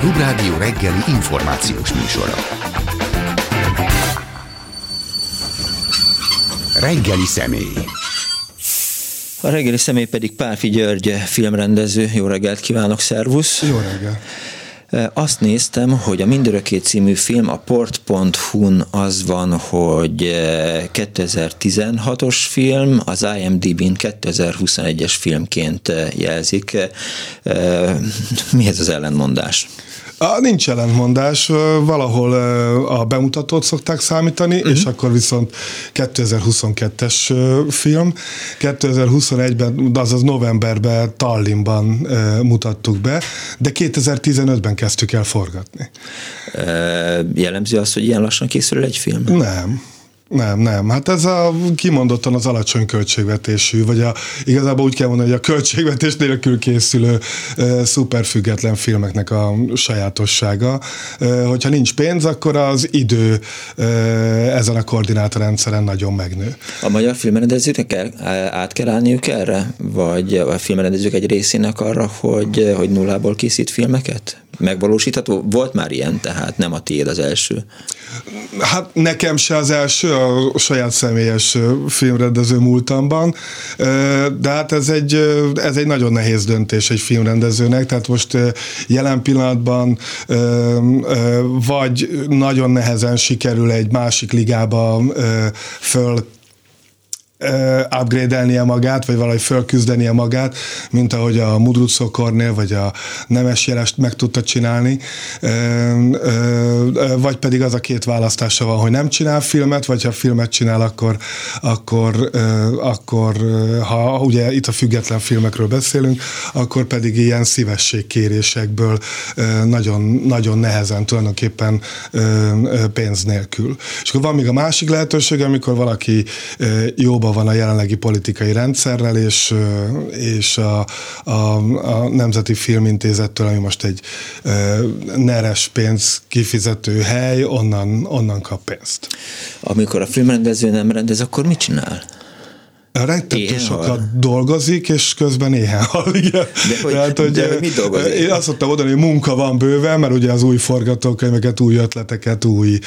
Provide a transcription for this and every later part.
Klubrádió reggeli információs műsora. Reggeli személy. A reggeli személy pedig Pálffy György filmrendező. Jó reggelt kívánok, szervusz! Jó reggelt! Azt néztem, hogy a Mindörökké című film a port.hu-n az van, hogy 2016-os film, az IMDb-n 2021-es filmként jelzik. Mi ez az ellentmondás? Nincs ellentmondás, valahol a bemutatót szokták számítani, és akkor viszont 2022-es film. 2021-ben, azaz novemberben Tallinnban mutattuk be, de 2015-ben kezdtük el forgatni. Jellemző az, hogy ilyen lassan készül egy film? Nem. Hát ez kimondottan az alacsony költségvetésű, vagy igazából úgy kell mondani, hogy a költségvetés nélkül készülő szuperfüggetlen filmeknek a sajátossága. Hogyha nincs pénz, akkor az idő ezen a koordinátorrendszeren nagyon megnő. A magyar filmrendezőknek át kell állniuk erre? Vagy a filmrendezők egy részének arra, hogy nullából készít filmeket? Megvalósítható? Volt már ilyen, tehát nem a tiéd az első? Hát nekem se az első, a saját személyes filmrendező múltamban, de hát ez egy nagyon nehéz döntés egy filmrendezőnek, tehát most jelen pillanatban vagy nagyon nehezen sikerül egy másik ligába upgrade-elnie magát, vagy valahogy fölküzdenie magát, mint ahogy a Mudrucó-Kornél, vagy a Nemes Jelest meg tudta csinálni, vagy pedig az a két választása van, hogy nem csinál filmet, vagy ha filmet csinál, akkor ha ugye itt a független filmekről beszélünk, akkor pedig ilyen szívességkérésekből nagyon, nagyon nehezen tulajdonképpen pénz nélkül. És akkor van még a másik lehetőség, amikor valaki jóban van a jelenlegi politikai rendszerrel, és a Nemzeti Filmintézettől, ami most egy neres pénz kifizető hely, onnan kap pénzt. Amikor a filmrendező nem rendez, akkor mit csinál? Rettentő sokat dolgozik, és közben éhen hal. De mit dolgozik? Én azt mondtam oda, hogy munka van bőven, mert ugye az új forgatókönyveket, új ötleteket, új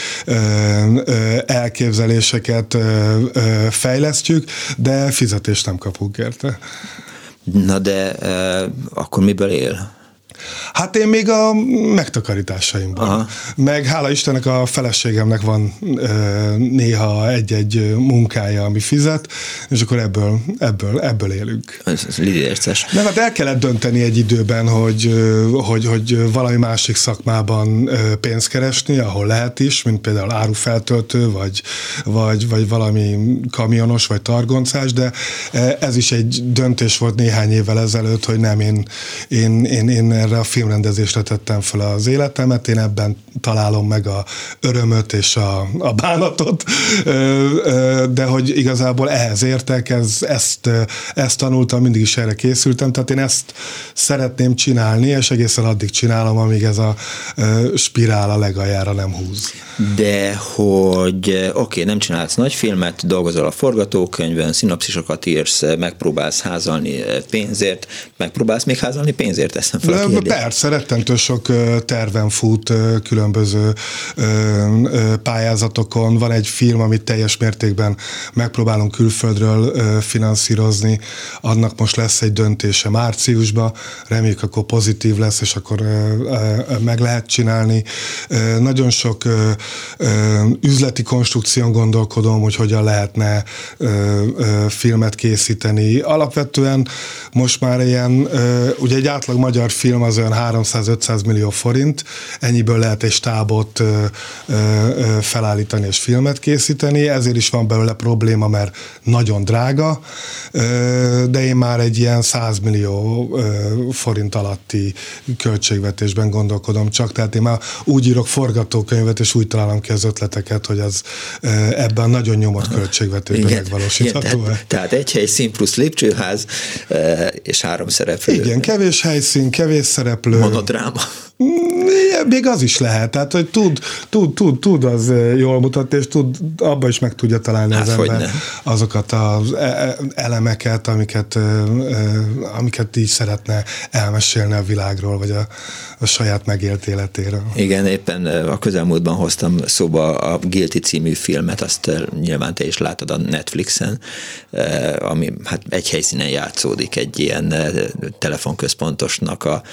elképzeléseket fejlesztjük, de fizetést nem kapunk érte. Na de akkor miből él? Hát én még a megtakarításaimban. Aha. Meg hála Istennek a feleségemnek van néha egy-egy munkája, ami fizet, és akkor ebből élünk. Ez lidérces. Nem, hát el kellett dönteni egy időben, hogy valami másik szakmában pénzt keresni, ahol lehet is, mint például árufeltöltő, vagy valami kamionos, vagy targoncás, de ez is egy döntés volt néhány évvel ezelőtt, hogy nem, én erre a filmrendezésre tettem fel az életemet, én ebben találom meg a örömöt és a bánatot, de hogy igazából ehhez értek, ezt tanultam, mindig is erre készültem, tehát én ezt szeretném csinálni, és egészen addig csinálom, amíg ez a spirál a legaljára nem húz. De hogy nem csinálsz nagy filmet, dolgozol a forgatókönyvön, szinopszisokat írsz, megpróbálsz házalni pénzért, megpróbálsz még házalni pénzért, eszem fel a kérdést. Persze, rettentő sok terven fut különböző pályázatokon. Van egy film, amit teljes mértékben megpróbálunk külföldről finanszírozni. Annak most lesz egy döntése márciusban. Reméljük, akkor pozitív lesz, és akkor meg lehet csinálni. Nagyon sok üzleti konstrukción gondolkodom, hogy hogyan lehetne filmet készíteni. Alapvetően most már ilyen, ugye egy átlag magyar film az olyan 300-500 millió forint, ennyiből lehet egy stábot felállítani és filmet készíteni, ezért is van belőle probléma, mert nagyon drága, de én már egy ilyen 100 millió forint alatti költségvetésben gondolkodom csak, tehát én már úgy írok forgatókönyvet, és úgy találom ki az ötleteket, hogy az ebben nagyon nyomott költségvetésben megvalósítható. Tehát egy helyszín plusz lépcsőház, és 3 szereplő. Igen, kevés helyszín, kevés szereplő. Monodráma. Még az is lehet, tehát hogy tud az jól mutatni, és abba is meg tudja találni az ember azokat az elemeket, amiket így szeretne elmesélni a világról, vagy a saját megélt életéről. Igen, éppen a közelmúltban hoztam szóba a Guilty című filmet, azt nyilván te is látod a Netflixen, ami hát egy helyszínen játszódik, egy ilyen telefonközpontosnak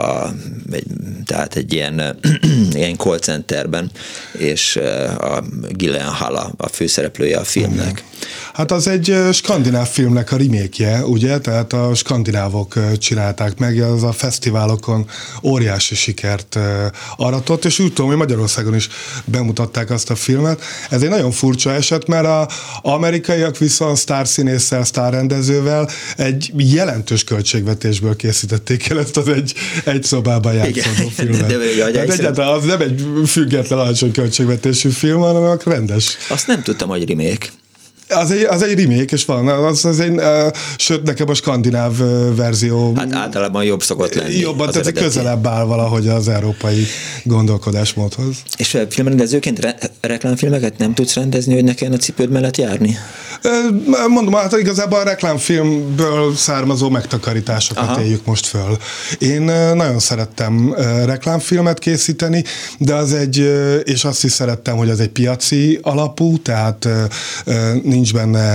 tehát egy ilyen call centerben, és a Gillian Hall a főszereplője a filmnek. Hát az egy skandináv filmnek a remake-je, ugye? Tehát a skandinávok csinálták meg, az a fesztiválokon óriási sikert aratott, és úgy tudom, hogy Magyarországon is bemutatták azt a filmet. Ez egy nagyon furcsa eset, mert az amerikaiak viszont sztárszínésszel, sztárrendezővel egy jelentős költségvetésből készítették el ezt az egy szobában játszódó filmet. De egyáltalán az nem egy független alacsony költségvetésű film, hanem rendes. Azt nem tudtam, hogy remake. Az egy remake, és van, sőt, nekem a skandináv verzió... Hát általában jobb szokott lenni. Jobban, tehát közelebb áll valahogy az európai gondolkodásmódhoz. És filmrendezőként reklámfilmeket nem tudsz rendezni, hogy ne kelljen a cipőd mellett járni? Mondom, hát igazából a reklámfilmből származó megtakarításokat éljük most föl. Én nagyon szerettem reklámfilmet készíteni, de és azt is szerettem, hogy az egy piaci alapú, tehát nincs benne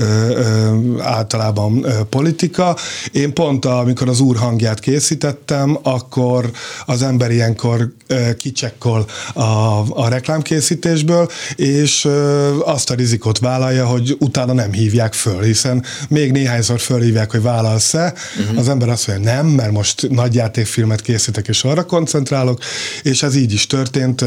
általában politika. Én pont amikor az Úr hangját készítettem, akkor az ember ilyenkor kicsekkol a reklámkészítésből, és azt a rizikót vállalja, hogy utána nem hívják föl, hiszen még néhányszor fölhívják, hogy vállalsz-e, az ember azt mondja, nem, mert most nagyjátékfilmet készítek, és arra koncentrálok, és ez így is történt,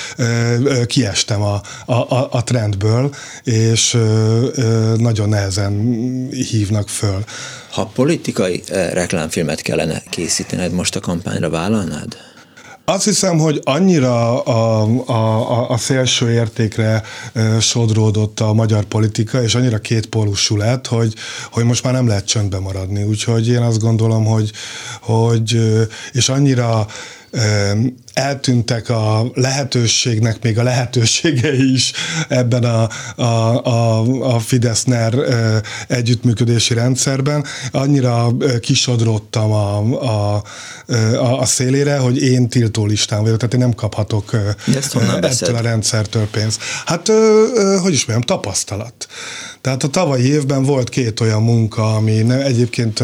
kiestem a trendből, és nagyon nehezen hívnak föl. Ha politikai reklámfilmet kellene készítened, most a kampányra vállalnád? Azt hiszem, hogy annyira a szélső értékre sodródott a magyar politika, és annyira kétpólusú lett, hogy most már nem lehet csöndbe maradni. Úgyhogy én azt gondolom, hogy és annyira eltűntek a lehetőségnek még a lehetőségei is ebben a Fidesz-NER együttműködési rendszerben. Annyira kisodródtam a szélére, hogy én tiltólistán vagyok, tehát én nem kaphatok ettől a rendszertől pénzt. Hát, hogy is mondjam, tapasztalat. Tehát a tavalyi évben volt 2 olyan munka, ami egyébként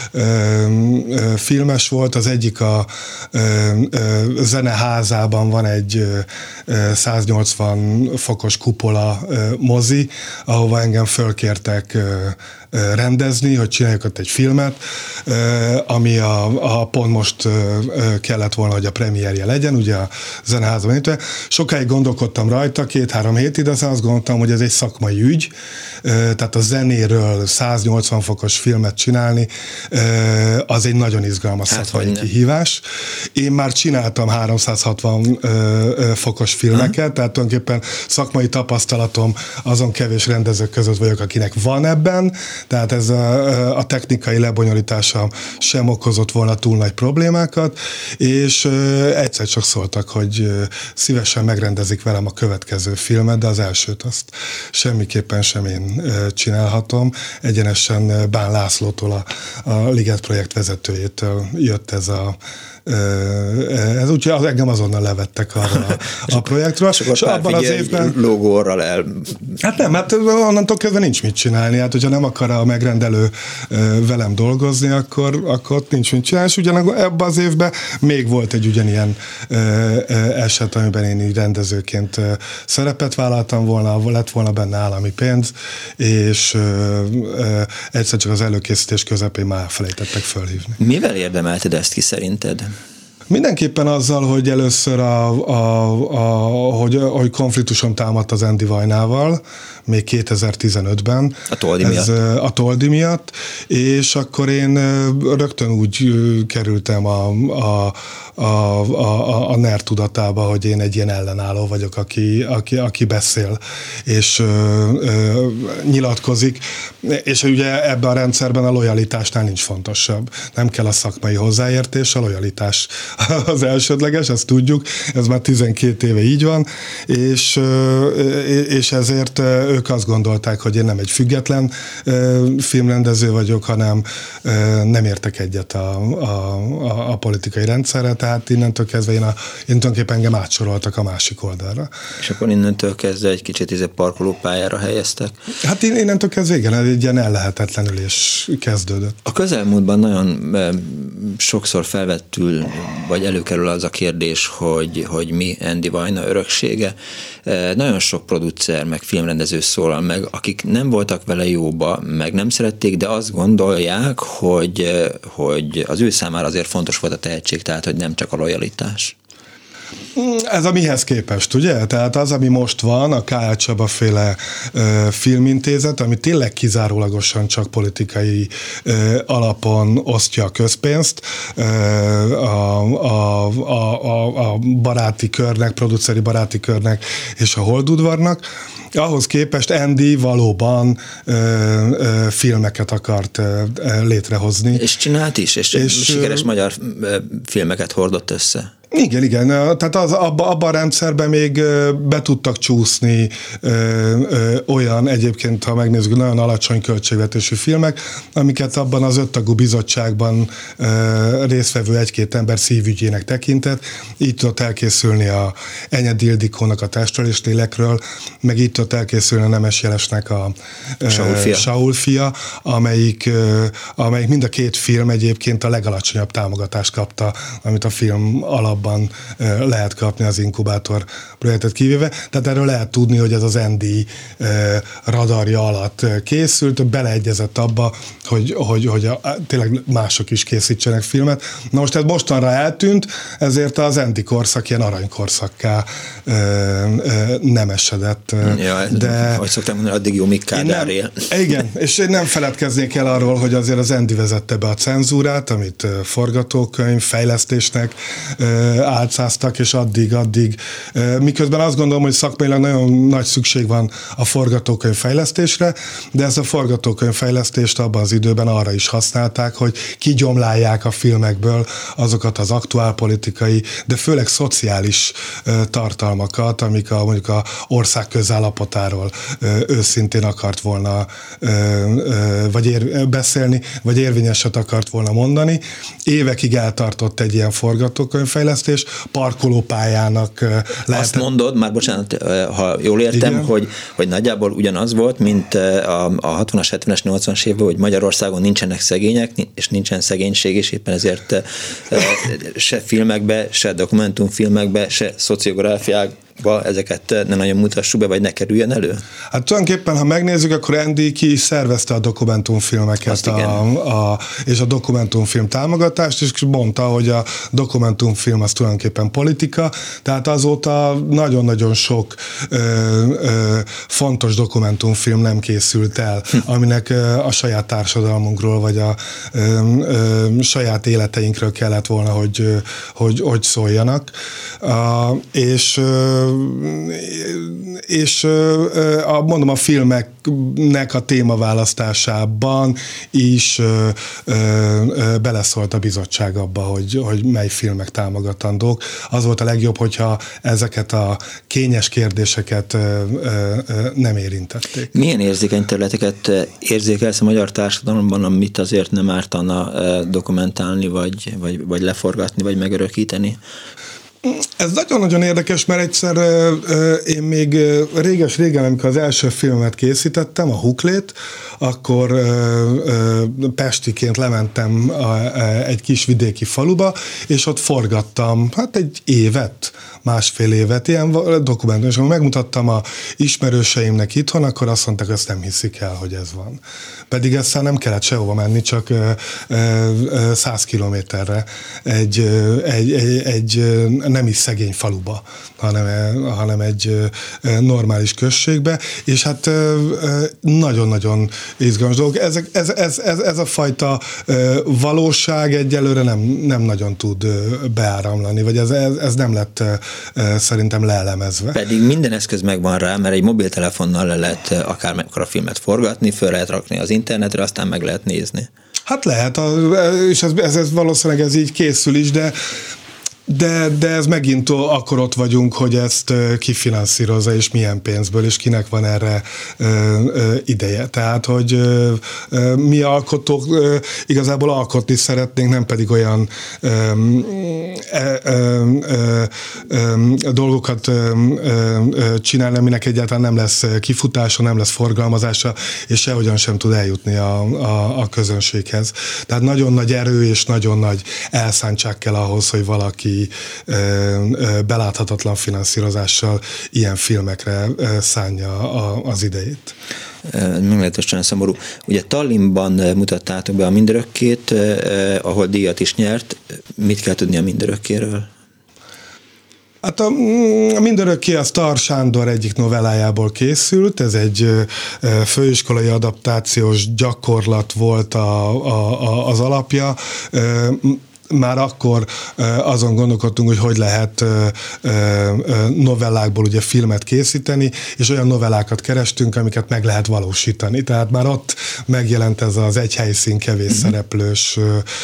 filmes volt, az egyik a Zeneházában van egy 180 fokos kupola mozi, ahova engem fölkértek rendezni, hogy csináljuk ott egy filmet, ami pont most kellett volna, hogy a premierje legyen, ugye a Zeneházban. Sokáig gondolkodtam rajta, 2-3 hétig, de azt gondoltam, hogy ez egy szakmai ügy, tehát a zenéről 180 fokos filmet csinálni, az egy nagyon izgalmas szakmai kihívás. Én már csináltam 360 fokos filmeket, tehát tulajdonképpen szakmai tapasztalatom azon kevés rendezők között vagyok, akinek van ebben, tehát ez a technikai lebonyolítása sem okozott volna túl nagy problémákat, és egyszer csak szóltak, hogy szívesen megrendezik velem a következő filmet, de az elsőt azt semmiképpen sem én csinálhatom. Egyenesen Bán Lászlótól, a Liget projekt vezetőjétől jött ez úgyhogy engem azonnal levettek arra a projektről. És abban az évben logóral el... Hát nem, hát onnantól kezdve nincs mit csinálni. Hát, hogyha nem akar a megrendelő velem dolgozni, akkor ott nincs mit csinálni. És ugyanakkor ebben az évben még volt egy ugyanilyen eset, amiben én így rendezőként szerepet vállaltam volna, lett volna benne állami pénz, és egyszer csak az előkészítés közepén már felejtettek fölhívni. Mivel érdemelted ezt ki szerinted? Mindenképpen azzal, hogy először hogy konfliktusom támadt az Andy Vajnával, még 2015-ben. A Toldi miatt? A Toldi miatt, és akkor én rögtön úgy kerültem a NER tudatába, hogy én egy ilyen ellenálló vagyok, aki beszél, és nyilatkozik, és ugye ebben a rendszerben a lojalitásnál nincs fontosabb. Nem kell a szakmai hozzáértés, a lojalitás az elsődleges, ezt tudjuk, ez már 12 éve így van, és ezért ők azt gondolták, hogy én nem egy független filmrendező vagyok, hanem nem értek egyet a politikai rendszerre, tehát innentől kezdve én tulajdonképpen engem átsoroltak a másik oldalra. És akkor innentől kezdve egy kicsit parkolópályára helyeztek? Hát innentől kezdve igen, egy ilyen ellehetetlenülés kezdődött. A közelmúltban nagyon sokszor felvettül, vagy előkerül az a kérdés, hogy mi Andy Vajna öröksége. Nagyon sok producer, meg filmrendező szólal meg, akik nem voltak vele jóba, meg nem szerették, de azt gondolják, hogy az ő számára azért fontos volt a tehetség, tehát hogy nem csak a lojalitás. Ez a mihez képest, ugye? Tehát az, ami most van, a K.L. Csaba féle filmintézet, ami tényleg kizárólagosan csak politikai alapon osztja a közpénzt, a baráti körnek, produceri baráti körnek és a Holdudvarnak. Ahhoz képest Andy valóban filmeket akart létrehozni. És csinált is, és sikeres magyar filmeket hordott össze. Igen, tehát abban a rendszerben még be tudtak csúszni olyan egyébként, ha megnézzük, nagyon alacsony költségvetésű filmek, amiket abban az 5 tagú bizottságban résztvevő egy-két ember szívügyének tekintett. Így tudott elkészülni a Enyedi Ildikónak a Testről és lélekről, meg így tudott elkészülni a Nemes Jelesnek a Saul fia, amelyik mind a két film egyébként a legalacsonyabb támogatást kapta, amit a film alapban lehet kapni az inkubátor projektet kivéve. Tehát erről lehet tudni, hogy ez az Andy radarja alatt készült, beleegyezett abba, hogy tényleg mások is készítsenek filmet. Na most ez mostanra eltűnt, ezért az Andy korszak ilyen aranykorszakká nem esedett. Ja, de hogy szoktam mondani, addig jó, míg Kádár él. Igen, és én nem feledkeznék el arról, hogy azért az Andy vezette be a cenzúrát, amit forgatókönyv, fejlesztésnek álcáztak, és addig, miközben azt gondolom, hogy szakmailag nagyon nagy szükség van a forgatókönyv fejlesztésre, de ezt a forgatókönyv fejlesztést abban az időben arra is használták, hogy kigyomlálják a filmekből azokat az aktuálpolitikai, de főleg szociális tartalmakat, amik mondjuk a ország közállapotáról őszintén akart volna beszélni, vagy érvényeset akart volna mondani. Évekig eltartott egy ilyen forgatókönyvfejlesztés, parkolópályának lehet. Azt mondod, már bocsánat, ha jól értem, hogy nagyjából ugyanaz volt, mint a 60-as, 70-es, 80-as évben, hogy Magyarországon nincsenek szegények, és nincsen szegénység, és éppen ezért se filmekbe, se dokumentumfilmekbe, se szociográfiákba ezeket ne nagyon mutassuk be, vagy ne kerüljen elő? Hát tulajdonképpen, ha megnézzük, akkor Andy ki szervezte a dokumentumfilmeket és a dokumentumfilm támogatást, és mondta, hogy a dokumentumfilm az tulajdonképpen politika, tehát azóta nagyon-nagyon sok fontos dokumentumfilm nem készült el, aminek a saját társadalmunkról, vagy a saját életeinkről kellett volna, hogy szóljanak. És mondom, a filmeknek a témaválasztásában is beleszólt a bizottság abba, hogy mely filmek támogatandók. Az volt a legjobb, hogyha ezeket a kényes kérdéseket nem érintették. Milyen érzékeny területeket érzékelsz a magyar társadalomban, amit azért nem ártana dokumentálni, vagy leforgatni, vagy megörökíteni? Ez nagyon-nagyon érdekes, mert egyszer én még réges-régen, amikor az első filmet készítettem, a Huklét, akkor pestiként lementem egy kis vidéki faluba, és ott forgattam egy évet, másfél évet, ilyen dokumentum, és amikor megmutattam a ismerőseimnek itthon, akkor azt mondták, hogy ezt nem hiszik el, hogy ez van. Pedig ezzel nem kellett sehova menni, csak 100 kilométerre egy nem is szegény faluba, hanem egy normális községbe, és hát nagyon-nagyon izgalmas dolgok. Ez a fajta valóság egyelőre nem nagyon tud beáramlani, vagy ez nem lett szerintem leelemezve. Pedig minden eszköz megvan rá, mert egy mobiltelefonnal le lehet akármekkora filmet forgatni, föl lehet rakni az internetre, aztán meg lehet nézni. Hát lehet, és ez valószínűleg ez így készül is, de De ez megint akkor ott vagyunk, hogy ezt kifinanszírozza, és milyen pénzből, és kinek van erre ideje. Tehát, hogy mi alkotók igazából alkotni szeretnénk, nem pedig olyan dolgokat csinálni, aminek egyáltalán nem lesz kifutása, nem lesz forgalmazása, és sehogyan sem tud eljutni a közönséghez. Tehát nagyon nagy erő és nagyon nagy elszántság kell ahhoz, hogy valaki beláthatatlan finanszírozással ilyen filmekre szánja az idejét. Meglehetősen szomorú. Ugye Tallinnban mutattátok be a Mindörökkét, ahol díjat is nyert. Mit kell tudni a Mindörökkéről? Hát a Mindörökké a Sztar Sándor egyik novellájából készült, ez egy főiskolai adaptációs gyakorlat volt az alapja. Már akkor azon gondolkodtunk, hogy lehet novellákból ugye filmet készíteni, és olyan novellákat kerestünk, amiket meg lehet valósítani. Tehát már ott megjelent ez az egy helyszín kevés szereplős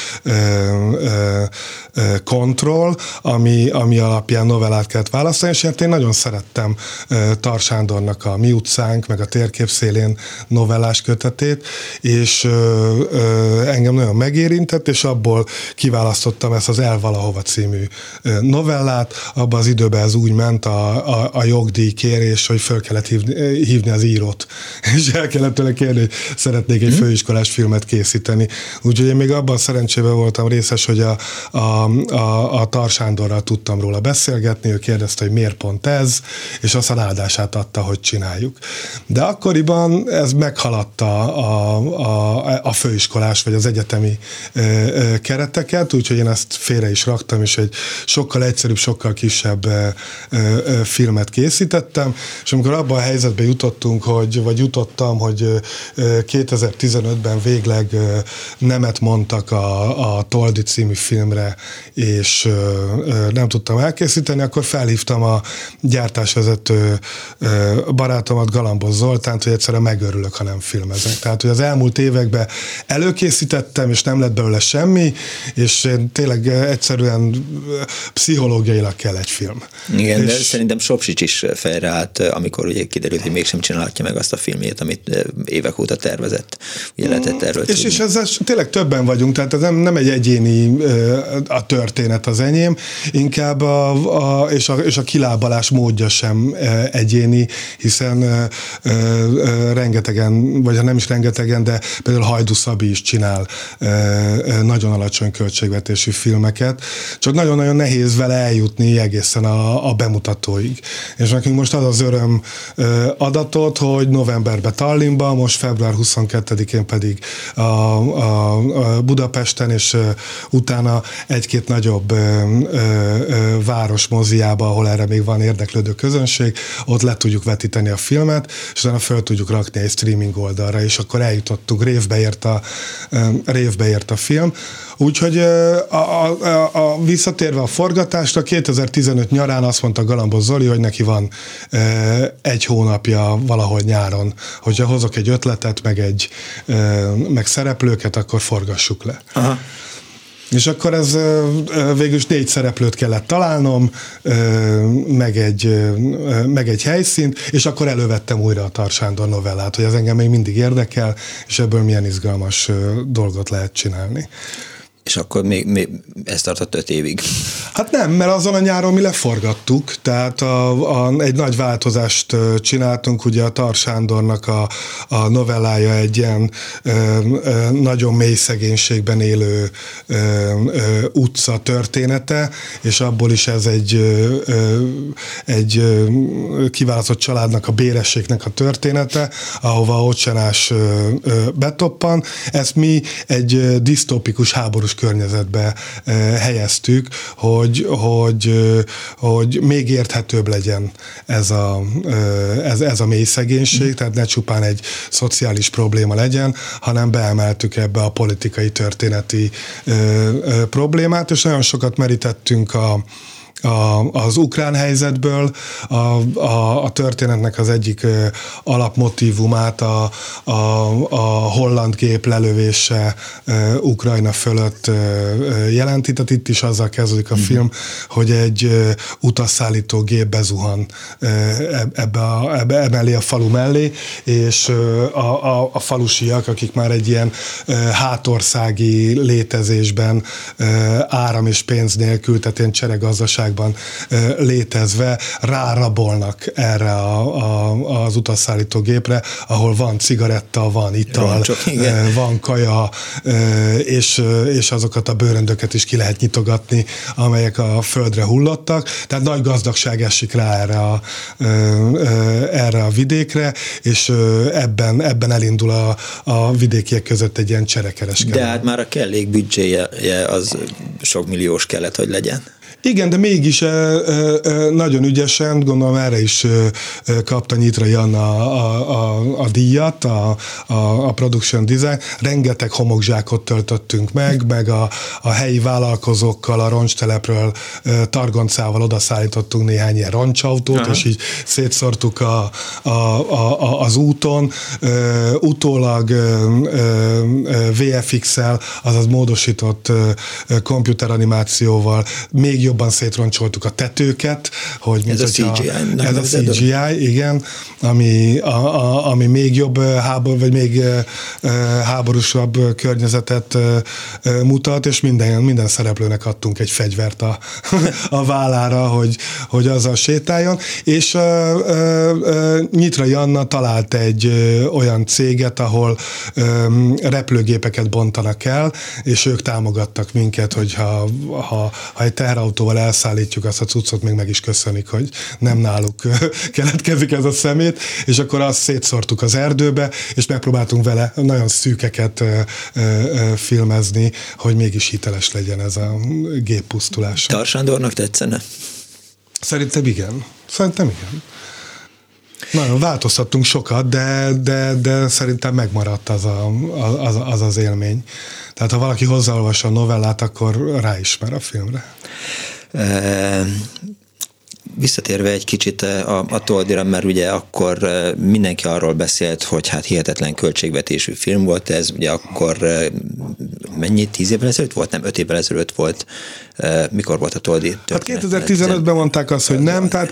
kontroll, ami alapján novellát kellett választani, és én nagyon szerettem Tar Sándornak a Mi utcánk, meg a Térkép szélén novellás kötetét, és engem nagyon megérintett, és abból kiválasztottam ezt az El valahova című novellát. Abban az időben ez úgy ment a jogdíj kérés, hogy föl kellett hívni az írót, és el kellett tőle kérni, hogy szeretnék egy főiskolás filmet készíteni. Úgyhogy én még abban szerencsében voltam részes, hogy a Tar Sándorral tudtam róla beszélgetni, ő kérdezte, hogy miért pont ez, és aztán áldását adta, hogy csináljuk. De akkoriban ez meghaladta a főiskolás vagy az egyetemi kereteket, úgyhogy én ezt félre is raktam, és egy sokkal egyszerűbb, sokkal kisebb filmet készítettem, és amikor abban a helyzetben jutottam, hogy 2015-ben végleg nemet mondtak a Toldi című filmre, és nem tudtam elkészíteni, akkor felhívtam a gyártásvezető barátomat, Galambos Zoltánt, hogy egyszerűen megörülök, ha nem filmezek. Tehát, hogy az elmúlt években előkészítettem, és nem lett belőle semmi, és tényleg egyszerűen pszichológiailag kell egy film. Igen, de szerintem Sopsics is fejreállt, amikor ugye kiderült, hogy mégsem csinálhatja meg azt a filmjét, amit évek óta tervezett. Ugye lehetett erről tudni. És ezzel tényleg többen vagyunk, tehát ez nem egy egyéni a történet az enyém, inkább és a kilábalás módja sem egyéni, hiszen rengetegen, vagy ha nem is rengetegen, de például Hajdú Szabi is csinál nagyon alacsony költségvetésű filmeket, csak nagyon-nagyon nehéz vele eljutni egészen a bemutatóig. És nekünk most az öröm adatot, hogy novemberben Tallinnban, most február 22-én pedig a Budapesten, és utána egy-két nagyobb város moziába, ahol erre még van érdeklődő közönség, ott le tudjuk vetíteni a filmet, és utána föl tudjuk rakni egy streaming oldalra, és akkor eljutottunk, révbe ért a film. Úgyhogy visszatérve a forgatásra, 2015 nyarán azt mondta Galambos Zoli, hogy neki van egy hónapja valahol nyáron, hogyha hozok egy ötletet, meg szereplőket, akkor forgassuk le. Aha. És akkor ez végül is 4 szereplőt kellett találnom, meg egy helyszínt, és akkor elővettem újra a Tar Sándor novellát, hogy ez engem még mindig érdekel, és ebből milyen izgalmas dolgot lehet csinálni. És akkor még ez tartott 5 évig. Hát nem, mert azon a nyáron mi leforgattuk, tehát egy nagy változást csináltunk, ugye a Tar Sándornak a novellája egy ilyen nagyon mély szegénységben élő utca története, és abból is ez egy kiválasztott családnak, a bérességnek a története, ahova Ocsenás betoppan. Ezt mi egy disztópikus háborús környezetbe helyeztük, hogy még érthetőbb legyen ez a mély szegénység, tehát ne csupán egy szociális probléma legyen, hanem beemeltük ebbe a politikai történeti problémát, és nagyon sokat merítettünk az ukrán helyzetből, a történetnek az egyik alapmotívumát a holland gép lelövése Ukrajna fölött jelenti. Tehát itt is azzal kezdődik a film, hogy egy utasszállító gép bezuhan emellé a falu mellé, és a falusiak, akik már egy ilyen hátországi létezésben áram és pénz nélkül, tehát ilyen cseregazdaságban létezve rárabolnak erre az utasszállító gépre, ahol van cigaretta, van ital, van kaja, és azokat a bőröndöket is ki lehet nyitogatni, amelyek a földre hullottak. Tehát nagy gazdagság esik rá erre a vidékre, és ebben elindul a vidékiek között egy ilyen cserekereskedelem. De hát már a kellék büdzséje az sok milliós kellett, hogy legyen. Igen, de mégis nagyon ügyesen, gondolom erre is kapta Nyitrai Anna a díjat, a production design. Rengeteg homokzsákot töltöttünk meg a helyi vállalkozókkal, a roncstelepről targoncával odaszállítottunk néhány ilyen roncsautót, és így szétszórtuk az úton. Utólag VFX-el, azaz módosított komputeranimációval még jobban szétroncsoltuk a tetőket, hogy ez a CGI. Ez a CGI, igen, ami még jobb vagy még háborúsabb környezetet mutat, és minden szereplőnek adtunk egy fegyvert a vállára, hogy azzal sétáljon, és Nyitrai Anna talált egy olyan céget, ahol repülőgépeket bontanak el, és ők támogattak minket, hogyha egy teherautóval elszállítjuk azt a cuccot, még meg is köszönik, hogy nem náluk keletkezik ez a szemét, és akkor azt szétszórtuk az erdőbe, és megpróbáltunk vele nagyon szűkeket filmezni, hogy mégis hiteles legyen ez a géppusztulás. Tar Sándornak tetszene? Szerintem igen. Nagyon változtattunk sokat, de szerintem megmaradt az élmény. Tehát ha valaki hozzáolvassa a novellát, akkor ráismer a filmre. Visszatérve egy kicsit a Toldira, mert ugye akkor mindenki arról beszélt, hogy hát hihetetlen költségvetésű film volt ez, ugye akkor mennyi, 10 évvel ezelőtt volt? Nem, 5 évvel ezelőtt volt. Mikor volt a Toldi történet? Hát 2015-ben mondták azt, hogy nem, tehát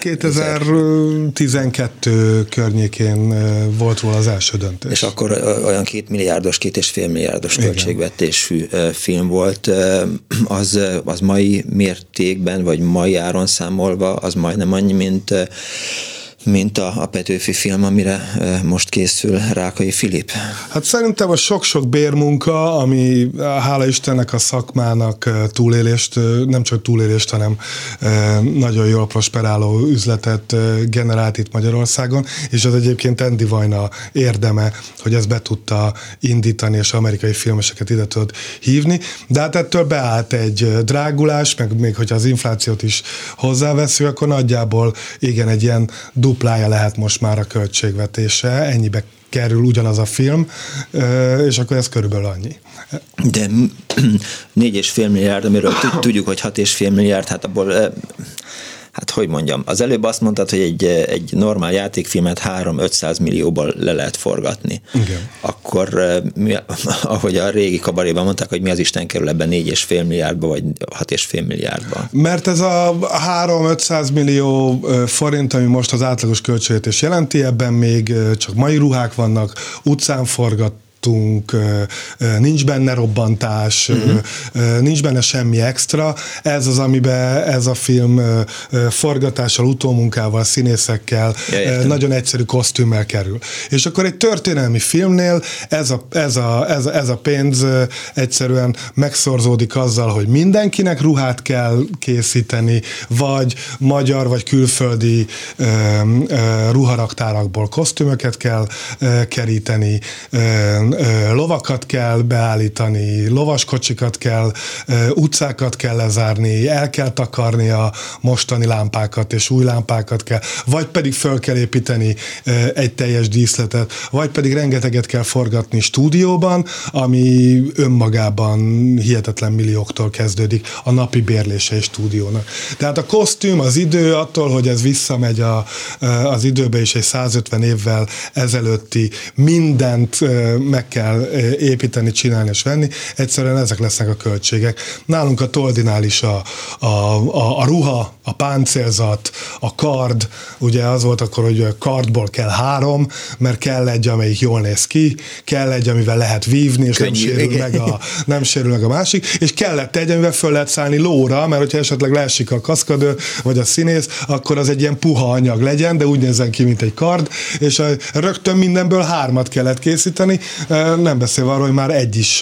2012 környékén volt róla az első döntés. És akkor olyan 2 milliárdos, 2,5 milliárdos költségvetésű film volt. Az mai mértékben, vagy mai áron számolva, az majdnem annyi, mint a Petőfi film, amire most készül Rákai Filip. Hát szerintem a sok-sok bérmunka, ami hála Istennek a szakmának túlélést, nem csak túlélést, hanem nagyon jól prosperáló üzletet generált itt Magyarországon, és az egyébként Andy Vajna érdeme, hogy ezt be tudta indítani, és amerikai filmeseket ide tud hívni, de hát ettől beállt egy drágulás, meg még hogyha az inflációt is hozzáveszünk, akkor nagyjából igen, egy ilyen duplája lehet most már a költségvetése, ennyibe kerül ugyanaz a film, és akkor ez körülbelül annyi. De 4,5 milliárd, amiről tudjuk, hogy 6,5 milliárd, hát abból, hát hogy mondjam, az előbb azt mondtad, hogy egy normál játékfilmet 3-500 millióból le lehet forgatni. Igen. Akkor, ahogy a régi kabaréban mondták, hogy mi az Isten kerül ebben 4,5 milliárdba, vagy 6,5 milliárdba? Mert ez a 3-500 millió forint, ami most az átlagos költségvetés jelenti, ebben még csak mai ruhák vannak, utcán forgat, nincs benne robbantás, nincs benne semmi extra. Ez az, amiben ez a film forgatással, utómunkával, színészekkel, nagyon egyszerű kosztümmel kerül. És akkor egy történelmi filmnél ez a pénz egyszerűen megszorzódik azzal, hogy mindenkinek ruhát kell készíteni, vagy magyar, vagy külföldi ruharaktárakból kosztümöket kell keríteni, lovakat kell beállítani, lovaskocsikat kell, utcákat kell lezárni, el kell takarni a mostani lámpákat, és új lámpákat kell, vagy pedig föl kell építeni egy teljes díszletet, vagy pedig rengeteget kell forgatni stúdióban, ami önmagában hihetetlen millióktól kezdődik a napi bérlése egy stúdiónak. Tehát a kosztüm, az idő, attól, hogy ez visszamegy az időbe, és egy 150 évvel ezelőtti mindent meg kell építeni, csinálni és venni, egyszerűen ezek lesznek a költségek. Nálunk a Toldinál is a ruha, a páncélzat, a kard, ugye az volt akkor, hogy kardból kell 3, mert kell egy, amelyik jól néz ki, kell egy, amivel lehet vívni, és nem sérül meg a másik, és kellett egy, amivel föl lehet szállni lóra, mert hogyha esetleg leesik a kaszkadőr, vagy a színész, akkor az egy ilyen puha anyag legyen, de úgy nézzen ki, mint egy kard, és rögtön mindenből 3 kellett készíteni, nem beszélve arról, hogy már egy is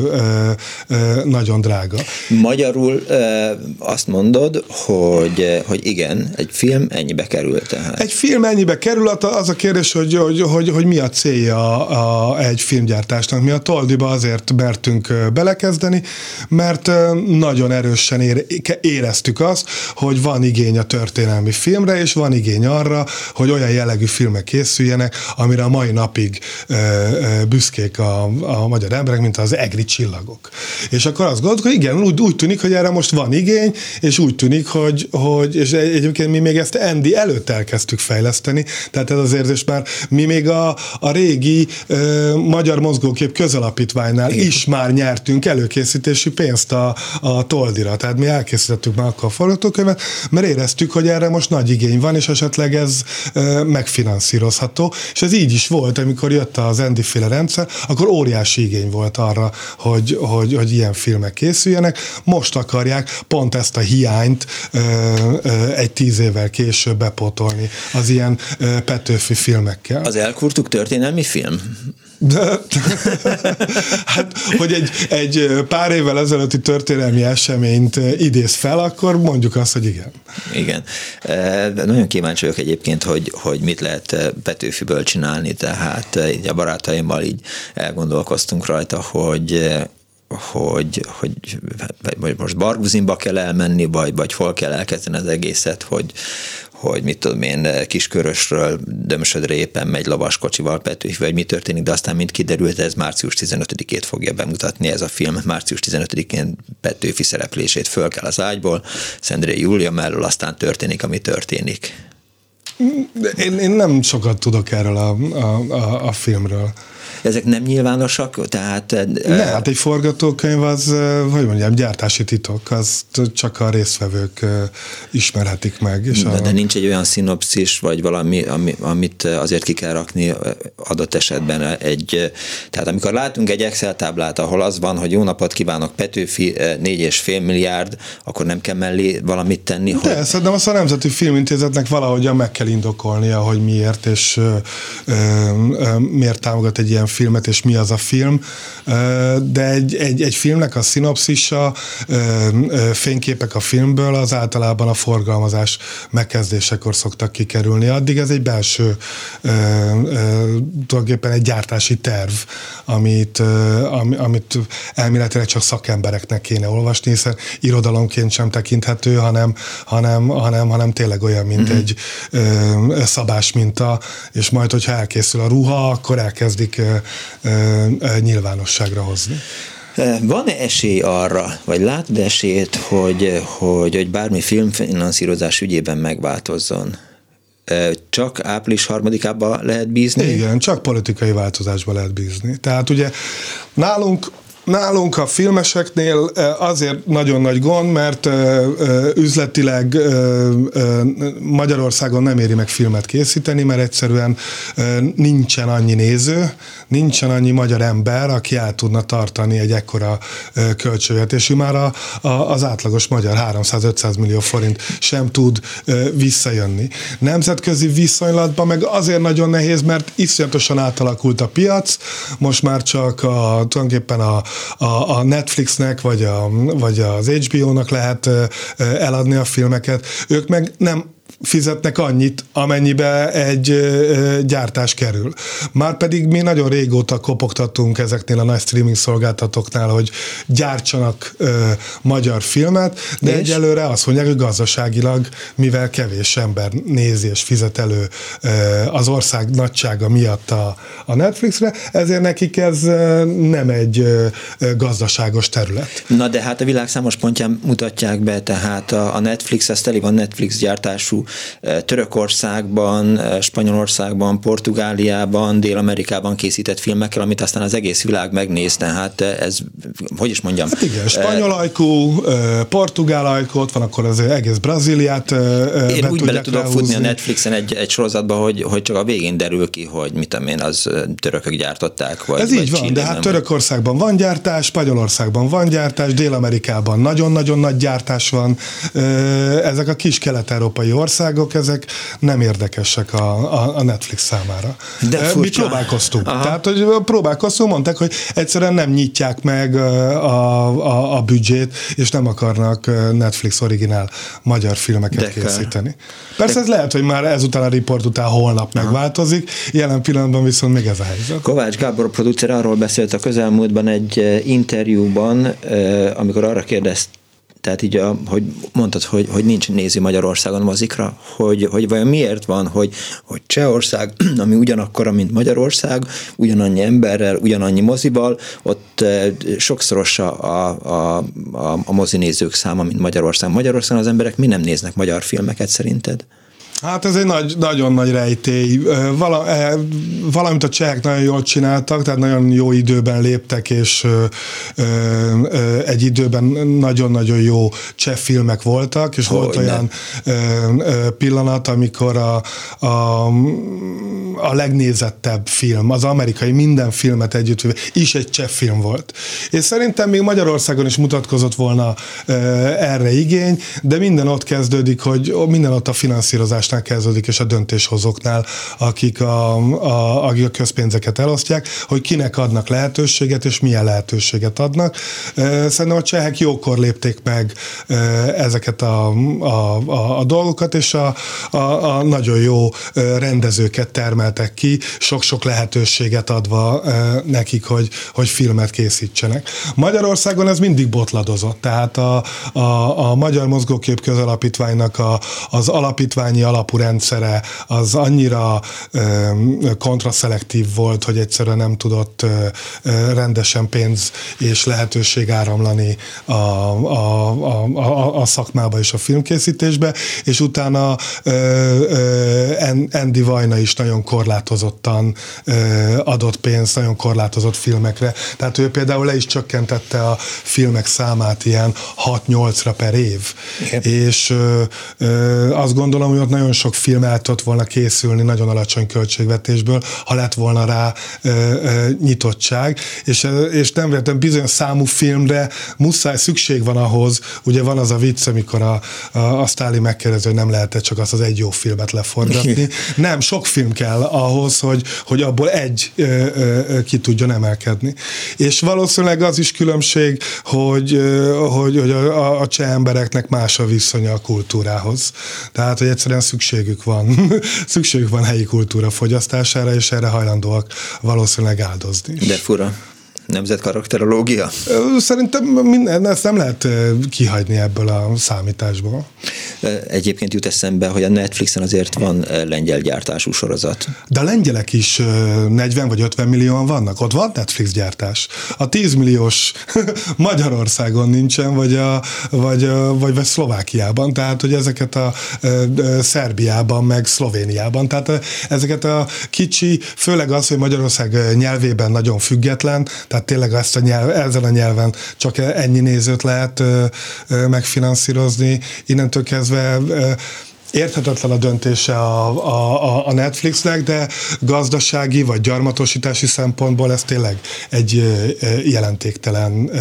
nagyon drága. Magyarul azt mondod, hogy igen, egy film ennyibe kerül tehát. Egy film ennyibe kerül, az a kérdés, hogy mi a célja egy filmgyártásnak. Mi a Toldiba azért mertünk belekezdeni, mert nagyon erősen éreztük azt, hogy van igény a történelmi filmre, és van igény arra, hogy olyan jellegű filmek készüljenek, amire a mai napig büszkék a magyar emberek, mint az egri csillagok. És akkor azt gondoltuk, hogy igen, úgy tűnik, hogy erre most van igény, és úgy tűnik, hogy és egyébként mi még ezt Andy előtt elkezdtük fejleszteni, tehát ez az érzés már, mi még a régi Magyar Mozgókép Közalapítványnál is már nyertünk előkészítési pénzt a Toldira, tehát mi elkészítettük már akkor a forgatókönyvet, mert éreztük, hogy erre most nagy igény van, és esetleg ez megfinanszírozható, és ez így is volt, amikor jött az Andy-féle rendszer, akkor óriási igény volt arra, hogy ilyen filmek készüljenek. Most akarják pont ezt a hiányt egy 10 évvel később bepótolni az ilyen Petőfi filmekkel. Az Elkurtuk történelmi film? Hát, hogy egy pár évvel ezelőtti történelmi eseményt idéz fel, akkor mondjuk azt, hogy igen. Igen. Nagyon kíváncsi vagyok egyébként, hogy mit lehet Petőfiből csinálni, tehát így a barátaimmal így elgondolkoztunk rajta, hogy most Barguzinba kell elmenni, vagy hol kell elkezdeni az egészet, hogy mit tudom én, Kiskörösről Dömsödre éppen megy lovaskocsival Petőfi, vagy mi történik, de aztán mind kiderült, ez március 15-ét fogja bemutatni ez a film. Március 15-én Petőfi szereplését föl kell az ágyból, Szendrei Júlia mellől, aztán történik, ami történik. Én nem sokat tudok erről a filmről. Ezek nem nyilvánosak? Tehát... Hát egy forgatókönyv az, hogy mondjam, gyártási titok, azt csak a résztvevők ismerhetik meg. És de nincs egy olyan szinopszis, vagy valami, amit azért ki kell rakni adott esetben tehát amikor látunk egy Excel táblát, ahol az van, hogy jó napot kívánok, Petőfi 4,5 milliárd, akkor nem kell mellé valamit tenni? De szerintem azt a Nemzeti Filmintézetnek valahogyan meg kell indokolnia, hogy miért, és miért támogat egy ilyen filmet, és mi az a film, de egy filmnek a szinopszisa, fényképek a filmből, az általában a forgalmazás megkezdésekor szoktak kikerülni. Addig ez egy belső, tulajdonképpen egy gyártási terv, amit elméletileg csak szakembereknek kéne olvasni, hiszen irodalomként sem tekinthető, hanem tényleg olyan, mint egy szabás minta, és majd, hogyha elkészül a ruha, akkor elkezdik nyilvánosságra hozni. Van-e esély arra, vagy látod esélyt, hogy bármi filmfinanszírozás ügyében megváltozzon? Csak április 3-ában lehet bízni? Igen, csak politikai változásba lehet bízni. Tehát ugye nálunk a filmeseknél azért nagyon nagy gond, mert üzletileg Magyarországon nem éri meg filmet készíteni, mert egyszerűen nincsen annyi néző, nincsen annyi magyar ember, aki el tudna tartani egy ekkora költségvetésű. Már az átlagos magyar 300-500 millió forint sem tud visszajönni. Nemzetközi viszonylatban meg azért nagyon nehéz, mert iszonyatosan átalakult a piac, most már csak tulajdonképpen a Netflixnek vagy az HBO-nak lehet eladni a filmeket. Ők meg nem fizetnek annyit, amennyibe egy gyártás kerül. Márpedig mi nagyon régóta kopogtattunk ezeknél a nagy streaming szolgáltatóknál, hogy gyártsanak magyar filmet, de egyelőre azt mondják, hogy gazdaságilag, mivel kevés ember nézi és fizet elő az ország nagysága miatt a Netflixre, ezért nekik ez nem egy gazdaságos terület. Na de hát a világ számos pontján mutatják be, tehát a Netflix, ez teli van Netflix gyártású Törökországban, Spanyolországban, Portugáliában, Dél-Amerikában készített filmekkel, amit aztán az egész világ megnéz, tehát ez, hogy is mondjam. Hát igen, spanyol ajkú, portugál ajkú, ott van akkor az egész Brazíliát. Én úgy bele tudok futni a Netflixen egy sorozatba, hogy csak a végén derül ki, hogy mit tudom én, az törökök gyártották. Ez így van, de hát Törökországban van gyártás, Spanyolországban van gyártás, Dél-Amerikában nagyon-nagyon nagy gyártás van. Ezek a kis kelet-európai országok, ezek nem érdekesek a Netflix számára. Mi próbálkoztunk. Aha. Tehát, hogy próbálkoztunk, mondták, hogy egyszerűen nem nyitják meg a büdzsét, és nem akarnak Netflix originál magyar filmeket készíteni. Persze ez lehet, hogy már ezután a riport után holnap megváltozik, jelen pillanatban viszont még ez a helyzet. Kovács Gábor producer arról beszélt a közelmúltban egy interjúban, amikor arra kérdezt, tehát így, hogy mondtad, hogy nincs néző Magyarországon mozikra, hogy vajon miért van, hogy Csehország, ami ugyanakkora, mint Magyarország, ugyanannyi emberrel, ugyanannyi mozival, ott sokszoros a mozinézők száma, mint Magyarország. Magyarországon az emberek mi nem néznek magyar filmeket szerinted? Hát ez egy nagyon nagy rejtély. Valamint a csehek nagyon jól csináltak, tehát nagyon jó időben léptek, és egy időben nagyon-nagyon jó cseh filmek voltak, és volt olyan pillanat, amikor a legnézettebb film, az amerikai minden filmet együttvéve is egy cseh film volt. És szerintem még Magyarországon is mutatkozott volna erre igény, de minden ott kezdődik, hogy minden ott a finanszírozás kezdődik, és a döntéshozóknál, akik a közpénzeket elosztják, hogy kinek adnak lehetőséget, és milyen lehetőséget adnak. Szerintem a csehek jókor lépték meg ezeket a dolgokat, és a nagyon jó rendezőket termeltek ki, sok-sok lehetőséget adva nekik, hogy filmet készítsenek. Magyarországon ez mindig botladozott, tehát a Magyar Mozgókép Közalapítványnak az alapítványi alapú rendszere az annyira kontraszelektív volt, hogy egyszerűen nem tudott rendesen pénz és lehetőség áramlani a szakmába és a filmkészítésbe, és utána Andy Vajna is nagyon korlátozottan adott pénzt, nagyon korlátozott filmekre. Tehát ő például le is csökkentette a filmek számát ilyen 6-8-ra per év. Igen. És azt gondolom, hogy ott nagyon sok film el tudott volna készülni nagyon alacsony költségvetésből, ha lett volna rá nyitottság, és nem véletlenül bizonyos számú filmre muszáj szükség van ahhoz, ugye van az a vicc, amikor a Sztálin megkérdezi, hogy nem lehet csak azt az egy jó filmet leforgatni. Nem, sok film kell ahhoz, hogy abból egy ki tudjon emelkedni. És valószínűleg az is különbség, hogy a cseh embereknek más a viszonya a kultúrához. Tehát, hogy egyszerűen szükségük van helyi kultúra fogyasztására, és erre hajlandóak valószínűleg áldozni. De fura. Nemzetkarakterológia? Szerintem ezt nem lehet kihagyni ebből a számításból. Egyébként jut eszembe, hogy a Netflixen azért van lengyel gyártású sorozat. De a lengyelek is 40 vagy 50 millióan vannak. Ott van Netflix gyártás. A 10 milliós Magyarországon nincsen, vagy Szlovákiában. Tehát, hogy ezeket a Szerbiában, meg Szlovéniában. Tehát ezeket a kicsi, főleg az, hogy Magyarország nyelvében nagyon független, tehát tényleg ezen a nyelven csak ennyi nézőt lehet megfinanszírozni. Innentől kezdve érthetetlen a döntése a Netflixnek, de gazdasági vagy gyarmatosítási szempontból ez tényleg egy jelentéktelen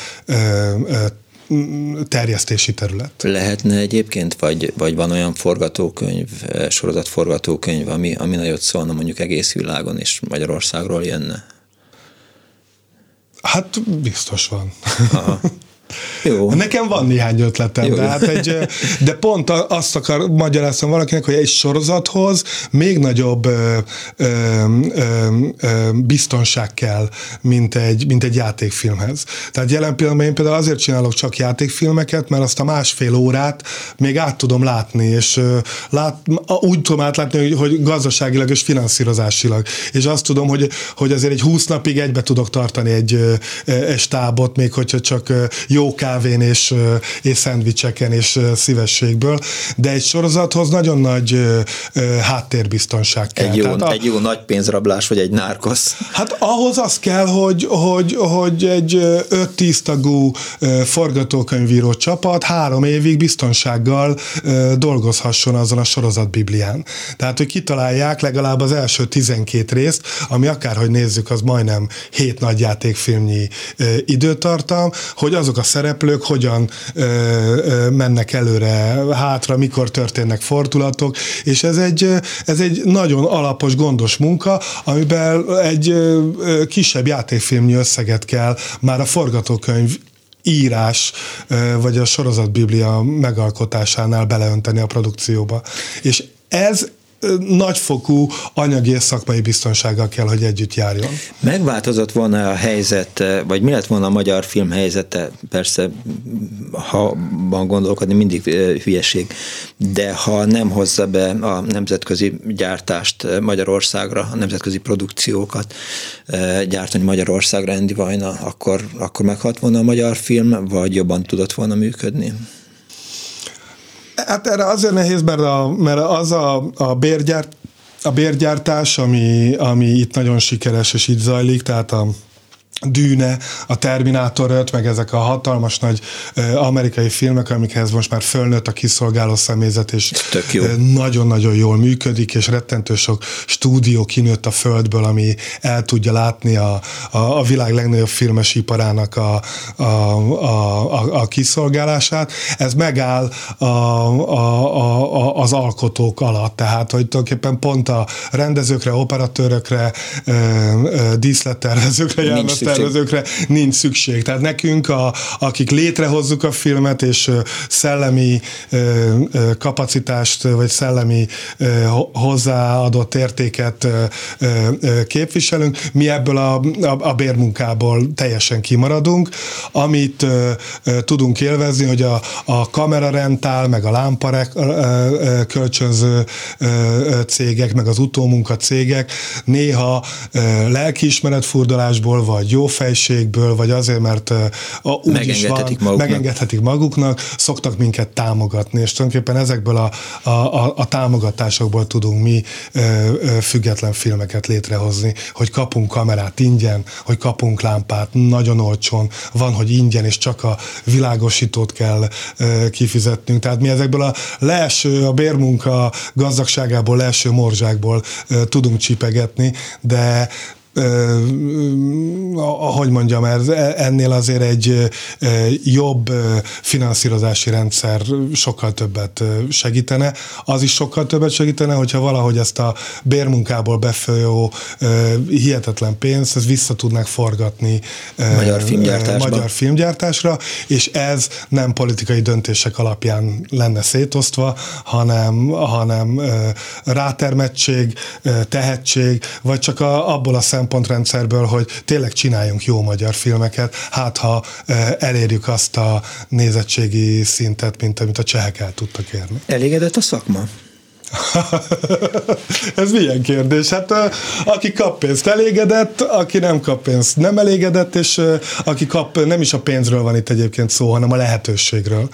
terjesztési terület. Lehetne egyébként, vagy van olyan forgatókönyv, sorozat forgatókönyv, ami nagyot szólna mondjuk egész világon, és Magyarországról jönne? Hát biztos van. Aha. Jó. Nekem van néhány ötletem, de pont azt akar magyarázni valakinek, hogy egy sorozathoz még nagyobb biztonság kell, mint egy játékfilmhez. Tehát jelen pillanatban én például azért csinálok csak játékfilmeket, mert azt a másfél órát még át tudom látni, és úgy tudom átlátni, hogy gazdaságilag és finanszírozásilag. És azt tudom, hogy azért egy 20 napig egybe tudok tartani egy stábot, még hogyha csak jó kávén és szendvicseken és szívességből, de egy sorozathoz nagyon nagy háttérbiztonság kell. Egy jó nagy pénzrablás, vagy egy nárkosz. Hát ahhoz az kell, hogy egy 5-10 tagú forgatókönyvíró csapat 3 évig biztonsággal dolgozhasson azon a sorozatbiblián. Tehát, hogy kitalálják legalább az első 12 részt, ami akárhogy nézzük, az majdnem 7 nagyjátékfilmnyi időtartam, hogy azok a szereplők hogyan mennek előre, hátra, mikor történnek fordulatok, és ez egy nagyon alapos, gondos munka, amiben egy kisebb játékfilmnyi összeget kell már a forgatókönyv írás, vagy a sorozatbiblia megalkotásánál beleönteni a produkcióba. És ez nagyfokú anyagi és szakmai biztonsággal kell, hogy együtt járjon. Megváltozott volna a helyzet, vagy mi lett volna a magyar film helyzete? Persze, ha van gondolkodni, mindig hülyeség, de ha nem hozza be a nemzetközi gyártást Magyarországra, a nemzetközi produkciókat gyártani Magyarországra Andy Vajna, akkor meghalt volna a magyar film, vagy jobban tudott volna működni? Hát erre azért nehéz, mert az a bérgyártás, ami itt nagyon sikeres és itt zajlik, tehát a Dűne, a Terminátor 5, meg ezek a hatalmas nagy amerikai filmek, amikhez most már fölnőtt a kiszolgáló személyzet, és nagyon-nagyon jól működik, és rettentő sok stúdió kinőtt a földből, ami el tudja látni a világ legnagyobb filmesiparának a kiszolgálását. Ez megáll az alkotók alatt, tehát hogy tulajdonképpen pont a rendezőkre, operatőrökre, díszlettervezőkre, tervezőkre nincs szükség. Tehát nekünk, akik létrehozzuk a filmet, és szellemi kapacitást, vagy szellemi hozzáadott értéket képviselünk, mi ebből a bérmunkából teljesen kimaradunk. Amit tudunk élvezni, hogy a kamerarentál, meg a lámpa kölcsönző cégek, meg az utómunka cégek néha lelkiismeretfurdalásból, vagy jó fejségből, vagy azért, mert úgy megengedhetik maguknak, szoktak minket támogatni, és tulajdonképpen ezekből a támogatásokból tudunk mi független filmeket létrehozni, hogy kapunk kamerát ingyen, hogy kapunk lámpát nagyon olcsón, van, hogy ingyen, és csak a világosítót kell kifizetnünk. Tehát mi ezekből a bérmunka gazdagságából, leeső morzsákból tudunk csipegetni, de ahogy mondjam, ennél azért egy jobb finanszírozási rendszer sokkal többet segítene. Az is sokkal többet segítene, hogyha valahogy ezt a bérmunkából befolyó hihetetlen pénzt, ezt vissza tudnák forgatni magyar filmgyártásra, és ez nem politikai döntések alapján lenne szétosztva, hanem rátermettség, tehetség, vagy csak abból a szempontrendszerből, hogy tényleg csináljunk jó magyar filmeket, hát ha elérjük azt a nézettségi szintet, mint amit a csehek el tudtak érni. Elégedett a szakma? Ez milyen kérdés? Hát aki kap pénzt elégedett, aki nem kap pénzt nem elégedett, és aki kap, nem is a pénzről van itt egyébként szó, hanem a lehetőségről.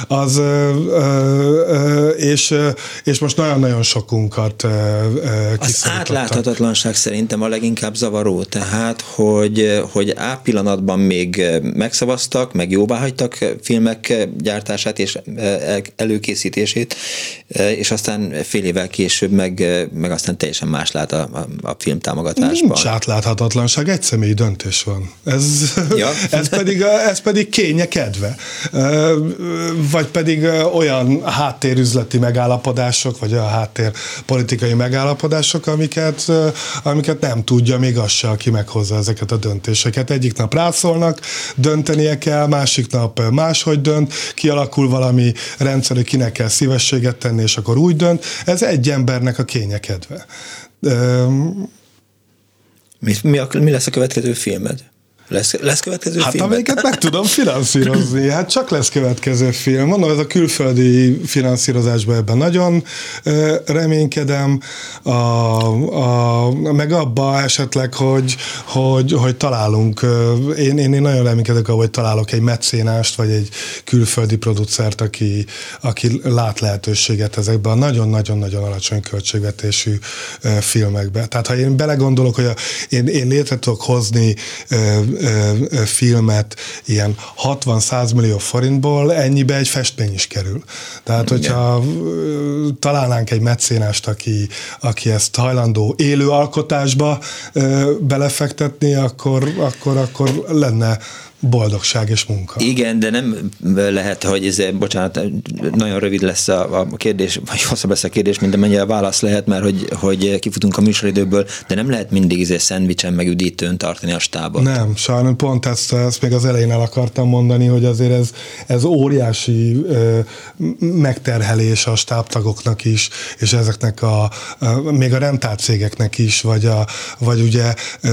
És most nagyon-nagyon sokunkat az átláthatatlanság szerintem a leginkább zavaró, tehát, hogy A pillanatban még megszavaztak, meg jóváhagytak filmek gyártását és előkészítését, és aztán fél évvel később meg aztán teljesen más lát a film támogatásban. Nincs átláthatatlanság, egy személyi döntés van. Ez pedig kénye kedve. Vagy pedig olyan háttérüzleti megállapodások, vagy olyan háttérpolitikai megállapodások, amiket nem tudja még az se, aki meghozza ezeket a döntéseket. Egyik nap rászólnak, döntenie kell, másik nap máshogy dönt, kialakul valami rendszer, hogy kinek kell szívességet tenni, és akkor úgy dönt. Ez egy embernek a kénye kedve. Mi lesz a következő filmed? Lesz következő film? Hát amiket meg tudom finanszírozni, hát csak lesz következő film. Mondom, ez a külföldi finanszírozásban ebben nagyon reménykedem, meg abba esetleg, hogy találunk, én nagyon reménykedek abba, hogy találok egy mecénást, vagy egy külföldi producert, aki lát lehetőséget ezekben a nagyon-nagyon-nagyon alacsony költségvetésű filmekbe. Tehát ha én belegondolok, hogy én létre tudok hozni filmet ilyen 60-100 millió forintból, ennyibe egy festmény is kerül. Tehát, hogyha találnánk egy mecénást, aki ezt hajlandó élő alkotásba belefektetni, akkor lenne boldogság és munka. Igen, de nem lehet, hogy bocsánat, nagyon rövid lesz a kérdés, vagy hosszabb lesz a kérdés, mint amennyire válasz lehet, mert hogy kifutunk a műsoridőből, de nem lehet mindig szendvicsen meg üdítőn tartani a stábot. Nem, sajnos pont ezt még az elején el akartam mondani, hogy azért ez óriási megterhelés a stábtagoknak is, és ezeknek még a rendtárcégeknek is, vagy ugye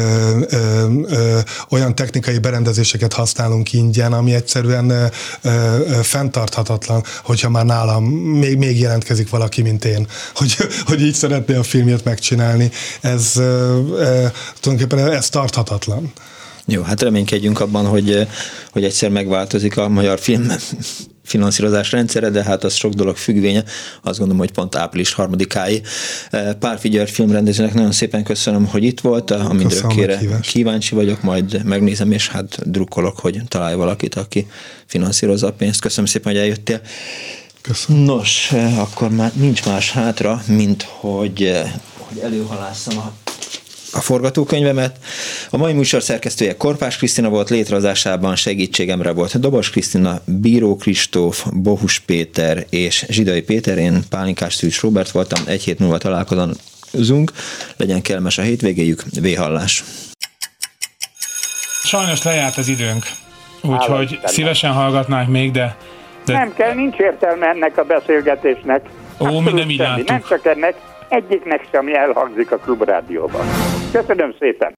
olyan technikai berendezéseket használunk ingyen, ami egyszerűen fenntarthatatlan, hogyha már nálam még jelentkezik valaki, mint én, hogy így szeretné a filmjét megcsinálni. Ez tulajdonképpen ez tarthatatlan. Jó, hát reménykedjünk abban, hogy egyszer megváltozik a magyar film finanszírozás rendszere, de hát az sok dolog függvénye. Azt gondolom, hogy pont április 3-áig. Pál Figyör filmrendezőnek nagyon szépen köszönöm, hogy itt volt. A mindörökkére kíváncsi vagyok, majd megnézem, és hát drukkolok, hogy találj valakit, aki finanszírozza a pénzt. Köszönöm szépen, hogy eljöttél. Köszönöm. Nos, akkor már nincs más hátra, mint hogy előhalásszam a forgatókönyvemet. A mai műsor szerkesztője Korpás Krisztina volt, létrehozásában segítségemre volt Dobos Krisztina, Bíró Kristóf, Bohus Péter és Zsidai Péter. Én Pálinkás Szűcs Róbert voltam, egy hét múlva találkozunk. Legyen kellemes a hétvégéjük, véhallás. Sajnos lejárt az időnk, úgyhogy szívesen hallgatnánk még, de... Nem kell, nincs értelme ennek a beszélgetésnek. Mi nem így láttuk. Nem csak ennek, egyiknek sem elhangzik a Klubrádióban. Köszönöm szépen!